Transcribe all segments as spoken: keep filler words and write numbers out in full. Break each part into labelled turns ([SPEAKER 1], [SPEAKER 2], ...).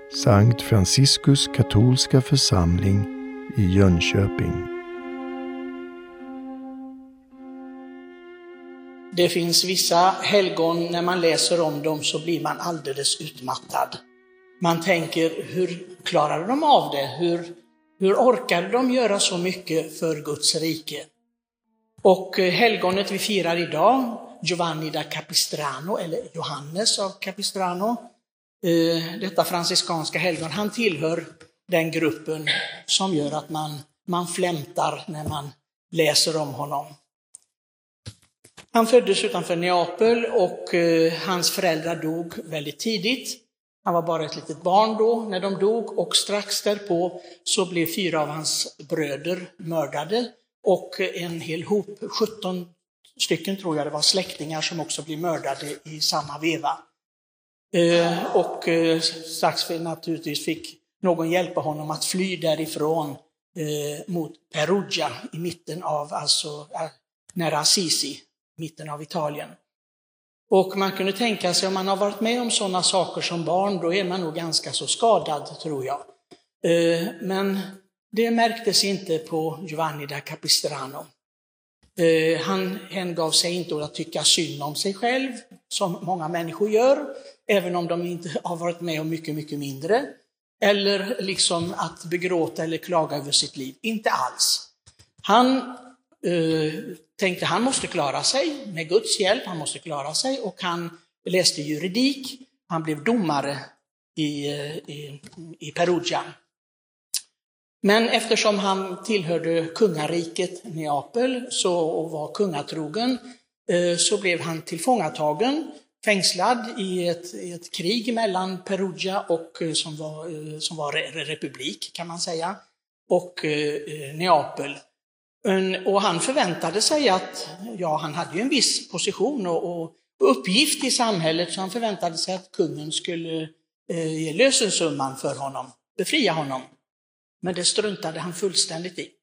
[SPEAKER 1] Sankt Franciskus katolska församling i Jönköping.
[SPEAKER 2] Det finns vissa helgon, när man läser om dem så blir man alldeles utmattad. Man tänker, hur klarade de av det? Hur, hur orkade de göra så mycket för Guds rike? Och helgonet vi firar idag, Giovanni da Capistrano, eller Johannes av Capistrano, detta franciskanska helgon, han tillhör den gruppen som gör att man, man flämtar när man läser om honom. Han föddes utanför Neapel och eh, hans föräldrar dog väldigt tidigt. Han var bara ett litet barn då när de dog, och strax därpå så blev fyra av hans bröder mördade och en hel hop, sjutton stycken tror jag det var, släktingar som också blev mördade i samma veva. Eh, och eh, strax naturligtvis fick någon hjälpa honom att fly därifrån eh, mot Perugia i mitten av, alltså eh, nära Assisi, mitten av Italien. Och man kunde tänka sig, om man har varit med om sådana saker som barn, då är man nog ganska så skadad, tror jag. Eh, men det märktes inte på Giovanni da Capistrano. Eh, han hängav sig inte åt att tycka synd om sig själv, som många människor gör, även om de inte har varit med om mycket, mycket mindre. Eller liksom att begråta eller klaga över sitt liv. Inte alls. Han eh, tänkte han måste klara sig med Guds hjälp, han måste klara sig, och han läste juridik. Han blev domare i, i, i Perugia. Men eftersom han tillhörde kungariket Neapel så, och var kungatrogen, eh, så blev han tillfångatagen, fängslad i ett, i ett krig mellan Perugia och, som var, som var republik kan man säga, och eh, Neapel. Och han förväntade sig att, ja han hade ju en viss position och, och uppgift i samhället, så han förväntade sig att kungen skulle eh, ge lösensumman för honom, befria honom. Men det struntade han fullständigt i.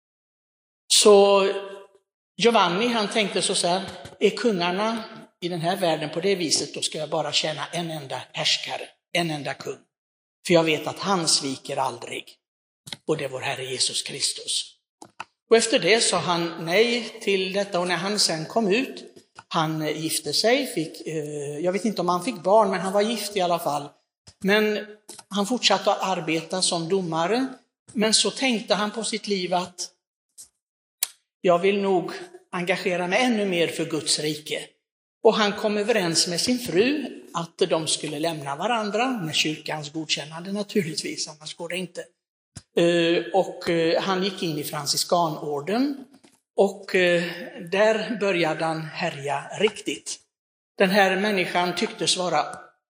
[SPEAKER 2] Så Giovanni, han tänkte så här, är kungarna i den här världen på det viset, då ska jag bara tjäna en enda härskare, en enda kung. För jag vet att han sviker aldrig. Och det är vår Herre Jesus Kristus. Och efter det sa han nej till detta, och när han sen kom ut, han gifte sig, fick, eh, jag vet inte om han fick barn, men han var gift i alla fall. Men han fortsatte att arbeta som domare, men så tänkte han på sitt liv att jag vill nog engagera mig ännu mer för Guds rike. Och han kom överens med sin fru att de skulle lämna varandra, med kyrkans godkännande naturligtvis, annars går det inte. Och han gick in i franciskanorden, och där började han härja riktigt. Den här människan tycktes vara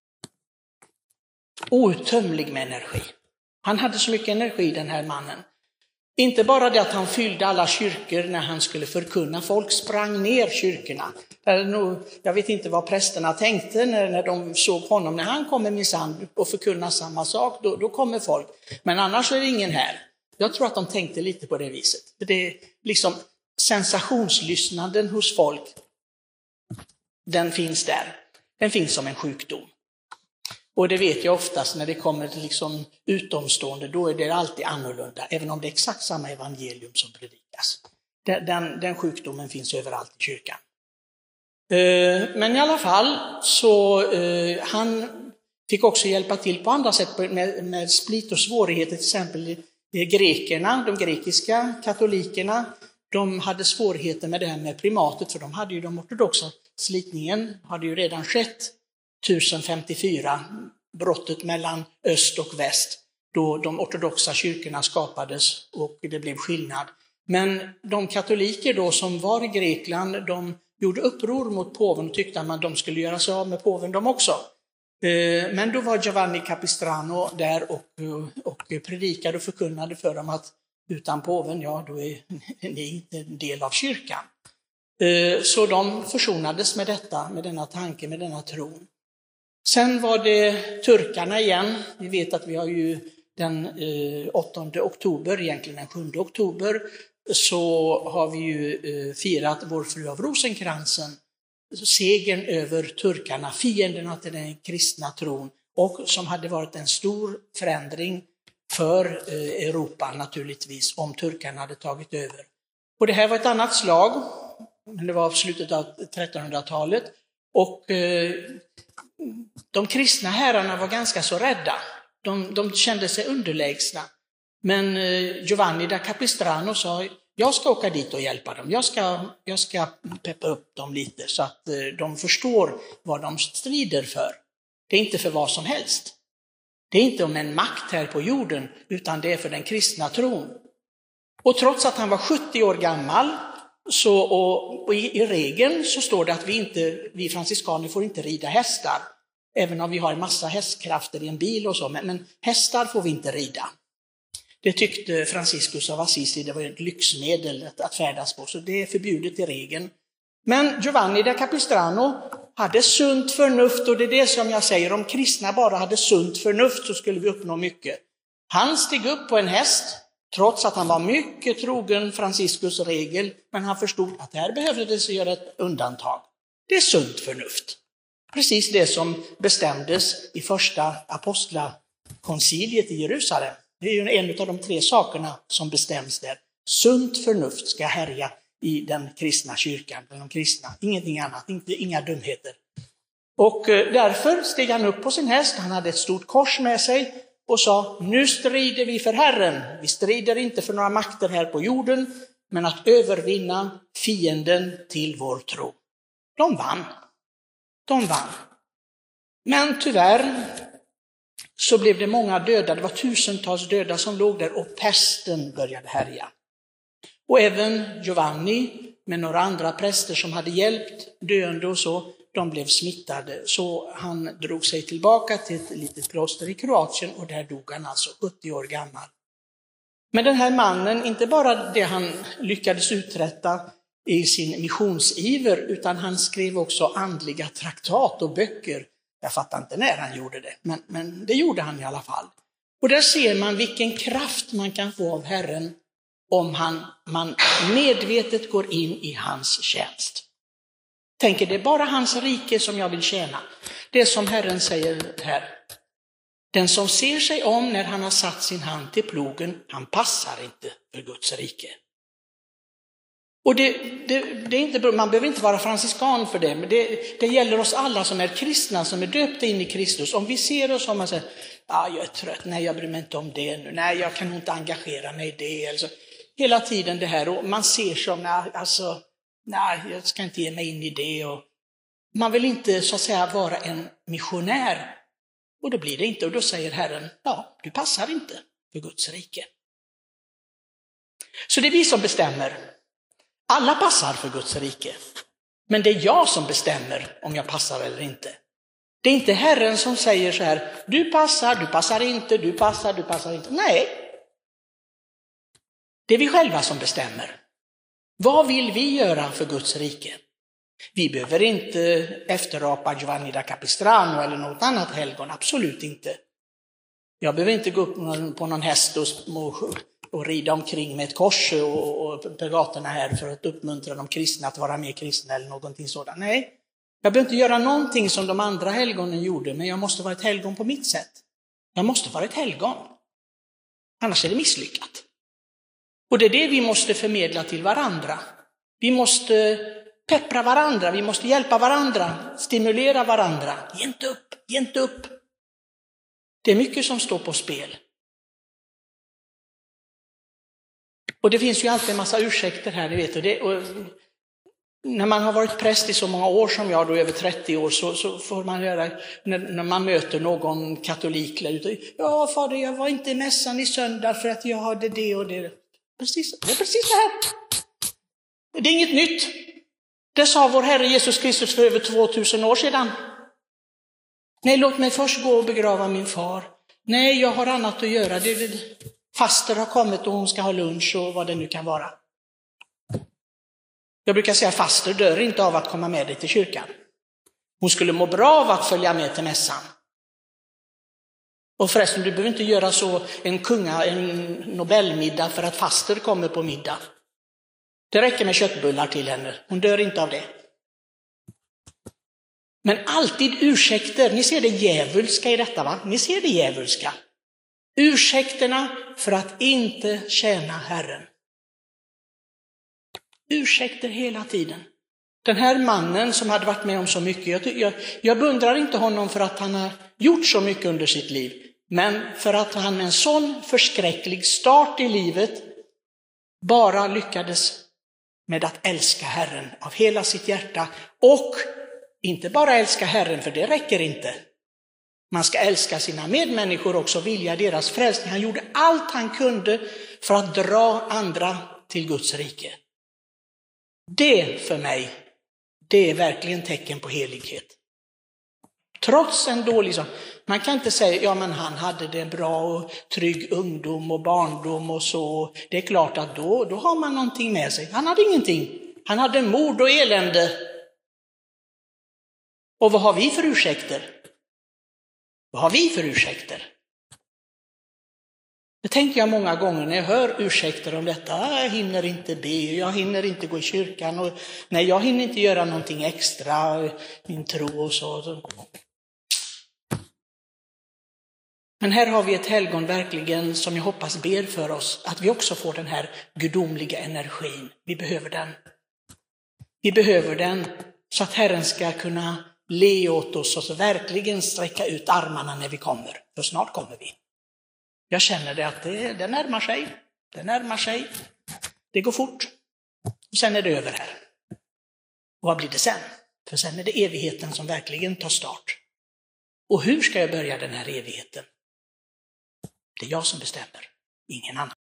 [SPEAKER 2] outtömlig med energi. Han hade så mycket energi, den här mannen. Inte bara det att han fyllde alla kyrkor när han skulle förkunna. Folk sprang ner kyrkorna. Jag vet inte vad prästerna tänkte när, när de såg honom. När han kommer minsann och förkunnar samma sak, då, då kommer folk. Men annars är det ingen här. Jag tror att de tänkte lite på det viset. Det är liksom sensationslyssnanden hos folk. Den finns där. Den finns som en sjukdom. Och det vet jag oftast när det kommer till liksom utomstående, då är det alltid annorlunda. Även om det är exakt samma evangelium som predikas. Den, den, den sjukdomen finns överallt i kyrkan. Men i alla fall så han fick också hjälpa till på andra sätt med, med split och svårigheter. Till exempel grekerna, de grekiska katolikerna, de hade svårigheter med det här med primatet, för de hade ju de ortodoxa slitningen hade ju redan skett tusen femtiofyra, brottet mellan öst och väst, då de ortodoxa kyrkorna skapades och det blev skillnad. Men de katoliker då som var i Grekland, de gjorde uppror mot påven och tyckte att de skulle göra sig av med påven de också. Men då var Giovanni Capistrano där och, och predikade och förkunnade för dem att utan påven, ja då är ni inte en del av kyrkan. Så de försonades med detta, med denna tanke, med denna tron. Sen var det turkarna igen. Vi vet att vi har ju den åttonde oktober, egentligen den sjunde oktober, så har vi ju firat vår fru av Rosenkransen, segern över turkarna, fienderna till den kristna tron och som hade varit en stor förändring för Europa naturligtvis om turkarna hade tagit över. Och det här var ett annat slag, men det var slutet av trettonhundratalet, och eh, de kristna herrarna var ganska så rädda. De, de kände sig underlägsna. Men eh, Giovanni da Capistrano sa, jag ska åka dit och hjälpa dem. Jag ska, jag ska peppa upp dem lite så att eh, de förstår vad de strider för. Det är inte för vad som helst. Det är inte om en makt här på jorden, utan det är för den kristna tron. Och trots att han var sjuttio år gammal, så, och, och i, i regeln så står det att vi, inte, vi franciskaner får inte rida hästar. Även om vi har en massa hästkrafter i en bil och så, men, men hästar får vi inte rida. Det tyckte Franciscus av Assisi, det var ett lyxmedel att, att färdas på, så det är förbjudet i regeln. Men Giovanni da Capistrano hade sunt förnuft, och det är det som jag säger, om kristna bara hade sunt förnuft så skulle vi uppnå mycket. Han steg upp på en häst, trots att han var mycket trogen Franciscus regel, men han förstod att här behövde det sig göra ett undantag. Det är sunt förnuft. Precis det som bestämdes i första apostlakonciliet i Jerusalem. Det är ju en av de tre sakerna som bestäms där. Sunt förnuft ska härja i den kristna kyrkan, de kristna, ingenting annat, inte, inga dumheter. Och därför steg han upp på sin häst, han hade ett stort kors med sig och sa, nu strider vi för Herren. Vi strider inte för några makter här på jorden, men att övervinna fienden till vår tro. De vann. De vann. Men tyvärr så blev det många döda, det var tusentals döda som låg där, och pesten började härja. Och även Giovanni med några andra präster som hade hjälpt döende och så, de blev smittade. Så han drog sig tillbaka till ett litet kloster i Kroatien, och där dog han alltså sjuttio år gammal. Men den här mannen, inte bara det han lyckades uträtta i sin missionsiver, utan han skrev också andliga traktat och böcker. Jag fattar inte när han gjorde det, men, men det gjorde han i alla fall. Och där ser man vilken kraft man kan få av Herren om han, man medvetet går in i hans tjänst. Tänker, det är bara hans rike som jag vill tjäna. Det som Herren säger här. Den som ser sig om när han har satt sin hand till plogen, han passar inte för Guds rike. Och det, det, det är inte, man behöver inte vara franciskan för det, men det, det gäller oss alla som är kristna, som är döpta in i Kristus. Om vi ser oss som man säger, ah, jag är trött, nej jag bryr mig inte om det nu, nej jag kan inte engagera mig i det. Alltså, hela tiden det här, och man ser som, nej, alltså, nej jag ska inte ge mig in i det. Och man vill inte så att säga vara en missionär. Och då blir det inte, och då säger Herren, ja du passar inte för Guds rike. Så det är vi som bestämmer. Alla passar för Guds rike. Men det är jag som bestämmer om jag passar eller inte. Det är inte Herren som säger så här, du passar, du passar inte, du passar, du passar inte. Nej. Det är vi själva som bestämmer. Vad vill vi göra för Guds rike? Vi behöver inte efterapa Giovanni da Capistrano eller något annat helgon, absolut inte. Jag behöver inte gå upp på någon häst och, och, och rida omkring med ett kors och, och på gatorna här för att uppmuntra de kristna att vara mer kristna eller någonting sådant. Nej, jag behöver inte göra någonting som de andra helgonen gjorde, men jag måste vara ett helgon på mitt sätt. Jag måste vara ett helgon. Annars är det misslyckat. Och det är det vi måste förmedla till varandra. Vi måste peppra varandra, vi måste hjälpa varandra, stimulera varandra. Ge inte upp, ge inte upp. Det är mycket som står på spel. Och det finns ju alltid en massa ursäkter här, ni vet. Och det, och när man har varit präst i så många år som jag, då över trettio år, så, så får man höra när, när man möter någon katolik. Ja, fader, jag var inte i mässan i söndag för att jag hade det och det. Precis, det är precis det här. Det är inget nytt. Det sa vår Herre Jesus Kristus för över tvåtusen år sedan. Nej, låt mig först gå och begrava min far. Nej, jag har annat att göra. Det, det, faster har kommit och hon ska ha lunch och vad det nu kan vara. Jag brukar säga att faster dör inte av att komma med dig till kyrkan. Hon skulle må bra av att följa med till mässan. Och förresten, du behöver inte göra så en kunga, en Nobelmiddag för att faster kommer på middag. Det räcker med köttbullar till henne. Hon dör inte av det. Men alltid ursäkter. Ni ser det djävulska i detta, va? Ni ser det djävulska. Ursäkterna för att inte tjäna Herren. Ursäkter hela tiden. Den här mannen som hade varit med om så mycket, jag, jag, jag beundrar inte honom för att han har gjort så mycket under sitt liv, men för att han med en sån förskräcklig start i livet bara lyckades med att älska Herren av hela sitt hjärta. Och inte bara älska Herren, för det räcker inte. Man ska älska sina medmänniskor också, vilja deras frälsning. Han gjorde allt han kunde för att dra andra till Guds rike. Det för mig, det är verkligen tecken på helighet. Trots en dålig sak. Man kan inte säga, ja men han hade det bra och trygg ungdom och barndom och så. Det är klart att då, då har man någonting med sig. Han hade ingenting. Han hade mord och elände. Och vad har vi för ursäkter? Vad har vi för ursäkter? Det tänker jag många gånger när jag hör ursäkter om detta. Jag hinner inte be, jag hinner inte gå i kyrkan. Och, nej, jag hinner inte göra någonting extra, min tro och så. Men här har vi ett helgon verkligen som jag hoppas ber för oss. Att vi också får den här gudomliga energin. Vi behöver den. Vi behöver den så att Herren ska kunna le åt oss och så verkligen sträcka ut armarna när vi kommer. För snart kommer vi. Jag känner det att det, det närmar sig. Det närmar sig. Det går fort. Och sen är det över här. Och vad blir det sen? För sen är det evigheten som verkligen tar start. Och hur ska jag börja den här evigheten? Det är jag som bestämmer, ingen annan.